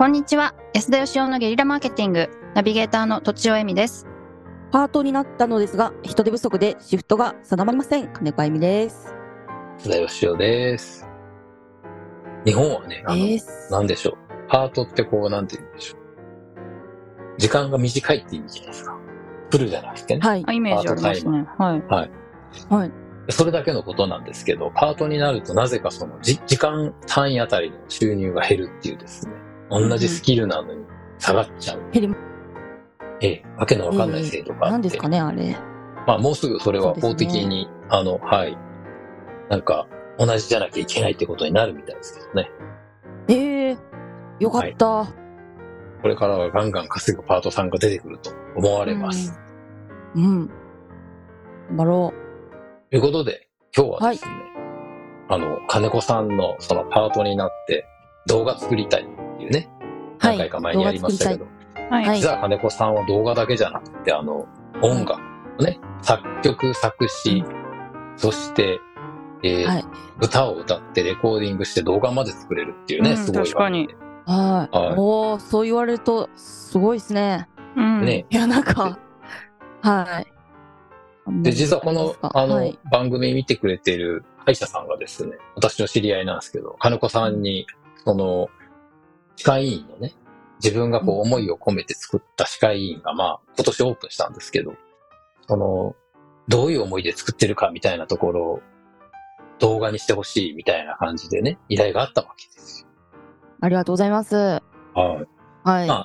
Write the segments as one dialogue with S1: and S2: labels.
S1: こんにちは。安田義雄のゲリラマーケティングナビゲーターのとちおえみです。
S2: パートになったのですが、人手不足でシフトが定まりません。金子あゆみです。
S3: 安田義雄です。日本はね、なんでしょう。パートってこう、なんて言うんでしょう。時間が短いって意味じゃないですか。フルじゃなくてね。
S1: はい。イメージありますね。はい。
S3: はい。
S2: はい。
S3: それだけのことなんですけど、パートになるとなぜかその時間単位あたりの収入が減るっていうですね。同じスキルなのに下がっちゃう。
S2: 減り
S3: わけのわかんない制度があって。
S2: 何ですかね、あれ。
S3: まあもうすぐそれは法的に、はい。なんか、同じじゃなきゃいけないってことになるみたいですけどね。
S2: よかった、はい。
S3: これからはガンガン稼ぐパートさんが出てくると思われます。
S2: 頑張ろう。
S3: ということで、今日はですね、金子さんのそのパートになって動画作りたいっていうね、何回か前にやりましたけど、実は金子さんは動画だけじゃなくて、音楽のね、作曲、作詞、そして、歌を歌ってレコーディングして動画まで作れるっていうね、すごい。
S1: 確かに。
S2: おー、そう言われるとすごいですね。
S3: ね。
S2: いや、なんか、はい。
S3: で、実はこの、番組見てくれている歯医者さんがですね、私の知り合いなんですけど、金子さんに、歯科医院のね、自分がこう思いを込めて作った歯科医院が、今年オープンしたんですけど、どういう思いで作ってるかみたいなところを動画にしてほしいみたいな感じでね、依頼があったわけですよ。
S2: ありがとうございます。はい。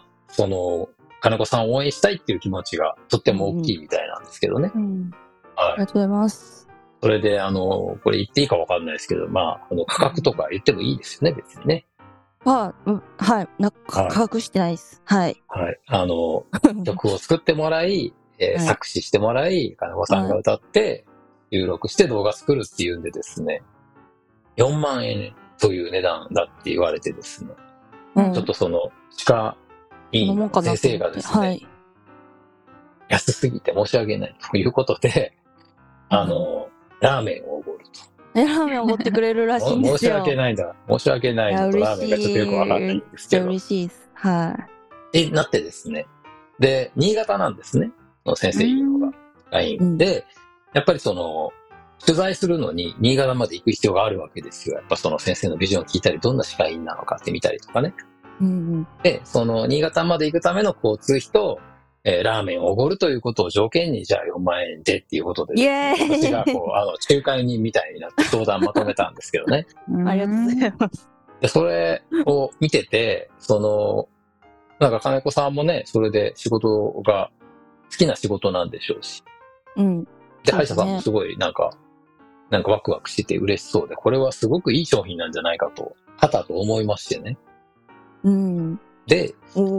S3: 金子さんを応援したいっていう気持ちがとっても大きいみたいなんですけどね。
S2: ありがとうございます。
S3: それで、これ言っていいかわかんないですけど、価格とか言ってもいいですよね、別にね。
S2: はい。価格してないです。はい。
S3: はい。曲を作ってもらい、作詞してもらい、金子さんが歌って、収録して動画作るっていうんでですね、4万円という値段だって言われてですね、ちょっと歯科医院の先生がですね、安すぎて申し訳ないということで、ラーメンをおごると。
S2: ラーメンをおごってくれるらしいんですよ。
S3: 申し訳ないのとラーメンがちょっとよくわかんないんですけど。
S2: 嬉しいです。はい。
S3: なってですね。で、新潟なんですね。先生いるのが。で、やっぱり取材するのに新潟まで行く必要があるわけですよ。やっぱその先生のビジョンを聞いたり、どんな歯科医院なのかって見たりとかね。で、新潟まで行くための交通費と、ラーメンをおごるということを条件に、じゃあ4万円でっていうことで、私が仲介人みたいになって相談まとめたんですけどね。
S2: ありがとうございます。
S3: で、それを見てて、なんか金子さんもね、それで仕事が好きな仕事なんでしょうし。で、歯医者さんもすごいなんかワクワクしてて嬉しそうで、これはすごくいい商品なんじゃないかと、はたと思いましてね。で、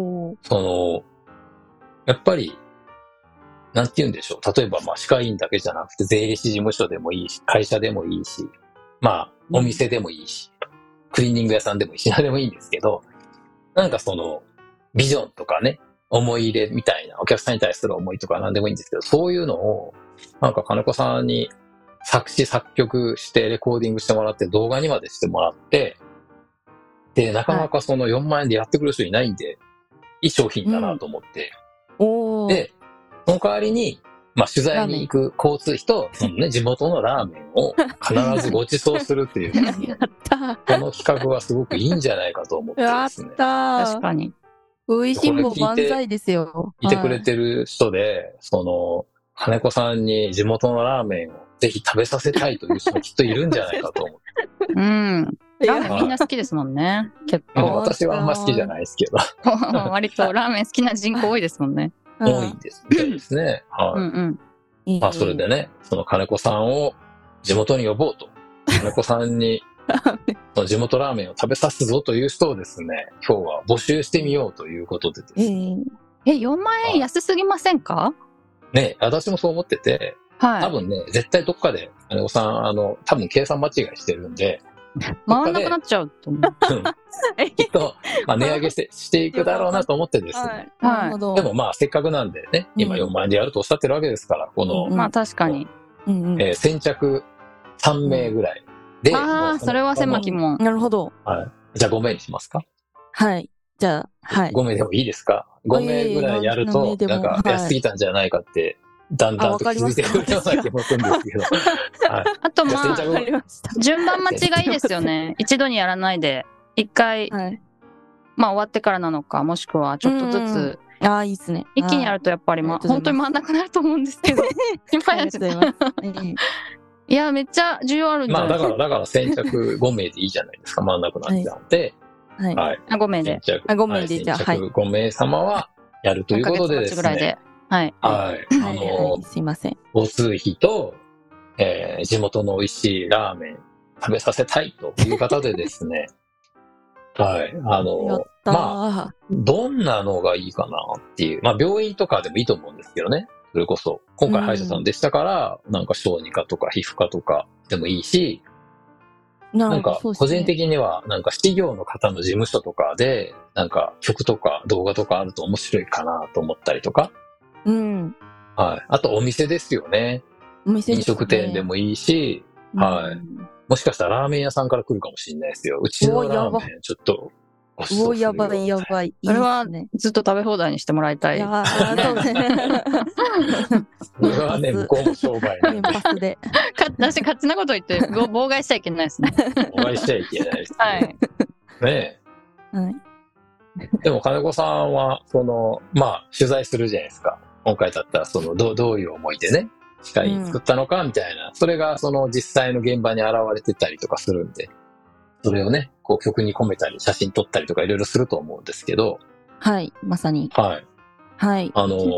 S3: やっぱり、なんて言うんでしょう。例えば、歯科医院だけじゃなくて、税理士事務所でもいいし、会社でもいいし、お店でもいいし、クリーニング屋さんでもいいし、何でもいいんですけど、なんかビジョンとかね、思い入れみたいな、お客さんに対する思いとか何でもいいんですけど、そういうのを、なんか金子さんに作詞作曲してレコーディングしてもらって、動画にまでしてもらって、で、なかなか4万円でやってくる人いないんで、いい商品だなと思って、で、その代わりに、取材に行く交通費と、地元のラーメンを必ずご馳走するっていう、
S2: やった。
S3: この企画はすごくいいんじゃないかと思ってですね。
S2: やった。
S1: 確かに。
S2: 美味しいも万歳ですよ。
S3: いてくれてる人で、金子さんに地元のラーメンをぜひ食べさせたいという人もきっといるんじゃないかと思って。
S1: ラーメンみんな好きですもんね。結構。
S3: 私はあんま好きじゃないですけど。
S1: 割とラーメン好きな人口多いですもんね。
S3: 多いんですみたいですね。それでね、金子さんを地元に呼ぼうと。金子さんに地元ラーメンを食べさすぞという人をですね、今日は募集してみようということでですね。
S1: 4万円安すぎませんか？
S3: ね、私もそう思ってて、多分ね、絶対どっかで金子さん、多分計算間違いしてるんで、
S1: 回んなくなっちゃうと思う。
S3: きっと、値上げしていくだろうなと思ってですね。でもせっかくなんでね、今4万円でやるとおっしゃってるわけですから、
S1: 確かに。
S3: 先着3名ぐらいで。
S1: それは狭き門。
S2: なるほど。
S3: じゃあ5名にしますか？
S2: はい。 じゃあ、はい。
S3: 5名でもいいですか？ 5 名ぐらいやると、
S2: でも
S3: なんか安すぎたんじゃないかって、だんだんと気づいてくるような気もするんですけど。はい。
S1: あとま
S3: じゃあ先着
S1: あ、
S2: わかりました。
S1: 順番待ちがいいですよね。一度にやらないで、一回、
S2: はい。
S1: まあ終わってからなのか、もしくはちょっとずつ、
S2: ああ、いいですね。
S1: 一気にやるとやっぱり、
S2: ありがとうございます
S1: 本当に回んなくなると思うんですけど、心配
S2: あり
S1: なんです
S2: がとうございます。
S1: いや、めっちゃ需要あるんじゃ
S3: まあ
S1: ないですか。
S3: だから先着5名でいいじゃないですか。回んなくなっちゃうんで。
S2: はい。
S3: はい。
S1: あ、5名で。
S3: 先着。
S2: あ5名で
S3: はい
S2: じゃあ
S3: 先着5名様はやるということでですね。
S1: 3ヶ月待ちぐらいで。はい。
S3: はい。
S2: はい。すいません。
S3: 交通費と、地元の美味しいラーメン食べさせたいという方でですね。はい。
S2: やったー。
S3: まあ、どんなのがいいかなっていう。まあ、病院とかでもいいと思うんですけどね。それこそ、今回歯医者さんでしたから、なんか小児科とか皮膚科とかでもいいし、なんか個人的には、なんか企業の方の事務所とかで、なんか曲とか動画とかあると面白いかなと思ったりとか。
S2: うん。
S3: はい。あとお店ですよね。
S2: お店ですね
S3: 飲食店でもいいし、はい
S2: うん
S3: もしかしたらラーメン屋さんから来るかもしれないですよ。うちのラーメン、ちょっとご馳
S2: うお、
S3: 走するよ
S2: やばいやばい。いい
S1: それは
S2: ですね。
S1: ずっと食べ放題にしてもらいたい。
S2: いやー、そうですね。
S3: それはね、向こうも商売なん
S2: 年
S3: で、
S2: パスで。
S1: 私、勝手なこと言って、妨害しちゃいけないですね。
S3: お会いしちゃいけないです、ね。
S1: はい。
S3: ね
S2: はい。
S3: でも金子さんは、まあ、取材するじゃないですか。今回だったら、どういう思いでね、機械作ったのかみたいな、それが実際の現場に現れてたりとかするんで、それをね、こう曲に込めたり、写真撮ったりとかいろいろすると思うんですけど、
S2: はい。まさに。
S3: はい。
S2: はい。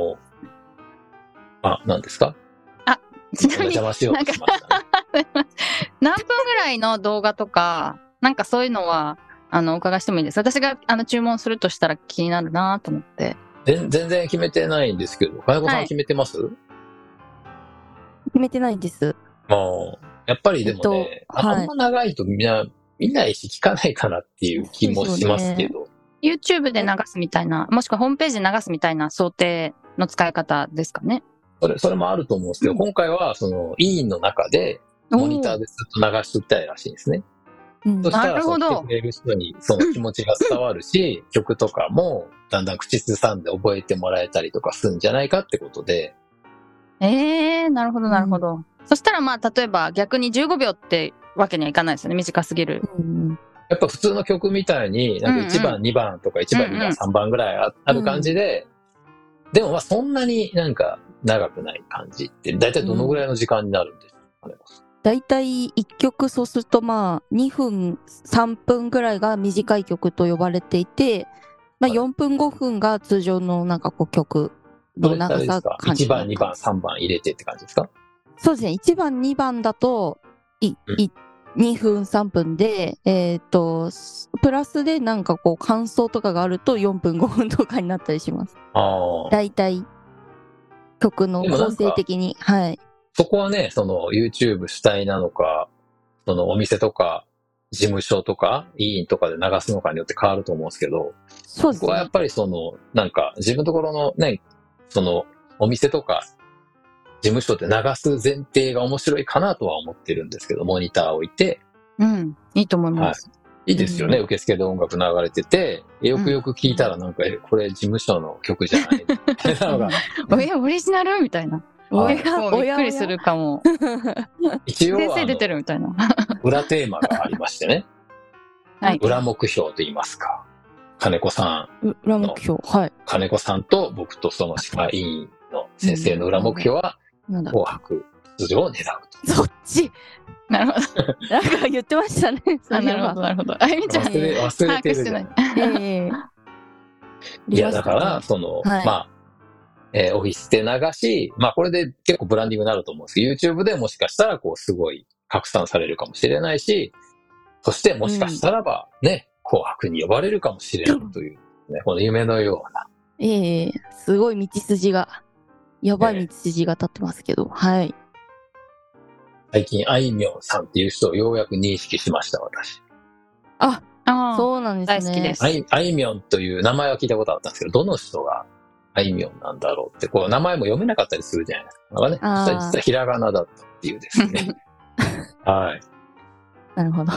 S3: 何ですか？
S1: ちなみに
S3: 邪、魔しようとしましたね。
S1: 何分ぐらいの動画とか、なんかそういうのは、お伺いしてもいいですか？私が、注文するとしたら気になるなと思って。
S3: 全然決めてないんですけど、金子さん決めてます？
S2: 決めてないです。
S3: やっぱりでもね、
S2: はい
S3: あんま長いとみんな見ないし聞かないかなっていう気もしますけど。
S1: YouTube で流すみたいな、もしくはホームページで流すみたいな想定の使い方ですかね。
S3: それもあると思うんですけど、今回は委員の中でモニターでずっと流しときたいらしいんですね。そしたら、
S1: なるほど
S3: 来てくれる人にその気持ちが伝わるし、曲とかもだんだん口ずさんで覚えてもらえたりとかするんじゃないかってことで。
S1: なるほど、なるほど。そしたらまあ、例えば逆に15秒ってわけにはいかないですよね。短すぎる。
S3: やっぱ普通の曲みたいに、なんか1番、2番とか1番、2番、3番ぐらいある感じで、でもまあそんなになんか長くない感じって、だいたいどのぐらいの時間になるんですかね。
S2: だいたい1曲そうするとまあ2分3分ぐらいが短い曲と呼ばれていて、まあ4分5分が通常のなんかこう曲の長さ感じ。
S3: 1番、2番、3番入れてって感じですか？
S2: そうですね。1番、2番だと2分3分で、プラスでなんかこう感想とかがあると4分5分とかになったりします。だいたい曲の構成的に。はい。
S3: そこはね、YouTube 主体なのか、お店とか、事務所とか、委員とかで流すのかによって変わると思うんですけど、
S2: そうですね。
S3: ここはやっぱりなんか自分のところのね、お店とか、事務所で流す前提が面白いかなとは思ってるんですけど、モニターを置いて。
S1: いいと思います。
S3: いいですよね、受付で音楽流れてて、よくよく聞いたらなんか、これ事務所の曲じゃないみたいなのが。
S1: オリジナルみたいな。びっくりするかも。
S3: 一応
S1: 先生出てるみたいな。
S3: 裏テーマがありましてね。
S1: はい。
S3: 裏目標と言いますか。金子さん。
S2: 裏目標。はい。
S3: 金子さんと僕とその歯科委員の先生の裏目標は、紅白出場を狙うと。
S2: そっち。
S1: なるほど。
S2: なんか言ってましたね。
S1: なるほど、なるほど。あゆみちゃん、
S3: 忘れてるじゃない。いや、だから、まあ、オフィスで流し、まあこれで結構ブランディングになると思うんですけど、YouTube でもしかしたらすごい拡散されるかもしれないし、そしてもしかしたらばね、紅白に呼ばれるかもしれないという、ね、この夢のような。
S2: すごい道筋が、やばい道筋が立ってますけど、はい。
S3: 最近、あいみょんさんっていう人をようやく認識しました、私。
S2: そうなんですね。
S1: 大好きです。
S3: あいみょんという名前は聞いたことあったんですけど、どの人があいみょんなんだろうって、名前も読めなかったりするじゃないですか。だからね、実はひらがなだったっていうですね。はい。
S2: なるほど。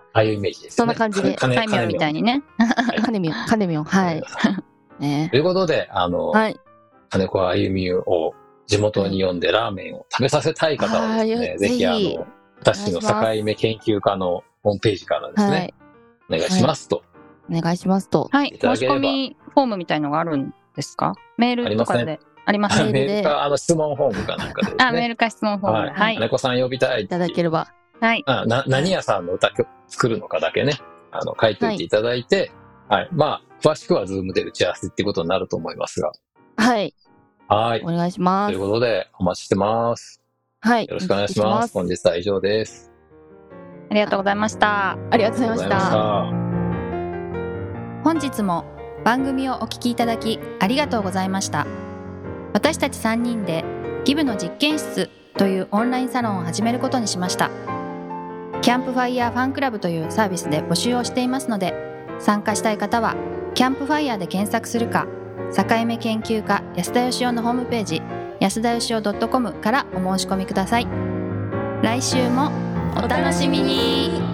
S3: ああいうイメージですよね。
S2: そんな感じで
S1: 海名みたいにね。
S2: カネミョン、はい。ね
S3: ということで、
S2: はい。
S3: 金子あゆみを地元に呼んでラーメンを食べさせたい方はですね、ぜひ私の境目研究家のホームページからですね、お願いしますと。
S2: お願いしますと。
S1: はい。申し込みフォームみたいのがあるんですか？メールとかで。あります。
S3: メールか、質問フォームかなんかでですね。
S1: メールか質問フォーム。はい。
S3: 金子さん呼びたい。
S2: いただければ。
S1: はい。
S3: 何屋さんの歌作るのかだけね、書いておいていただいて、はい。まあ、詳しくはズームで打ち合わせっていうことになると思いますが。
S2: はい。
S3: はい。
S2: お願いします。
S3: ということで、お待ちしてます。
S2: はい。
S3: よろしくお願いします。本日は以上です。
S1: ありがとうございました。
S2: ありがとうございました。
S4: 本日も番組をお聞きいただきありがとうございました。私たち3人でギブの実験室というオンラインサロンを始めることにしました。キャンプファイヤーファンクラブというサービスで募集をしていますので、参加したい方はキャンプファイヤーで検索するか、境目研究家安田義雄のホームページ安田義雄 .com からお申し込みください。来週もお楽しみに。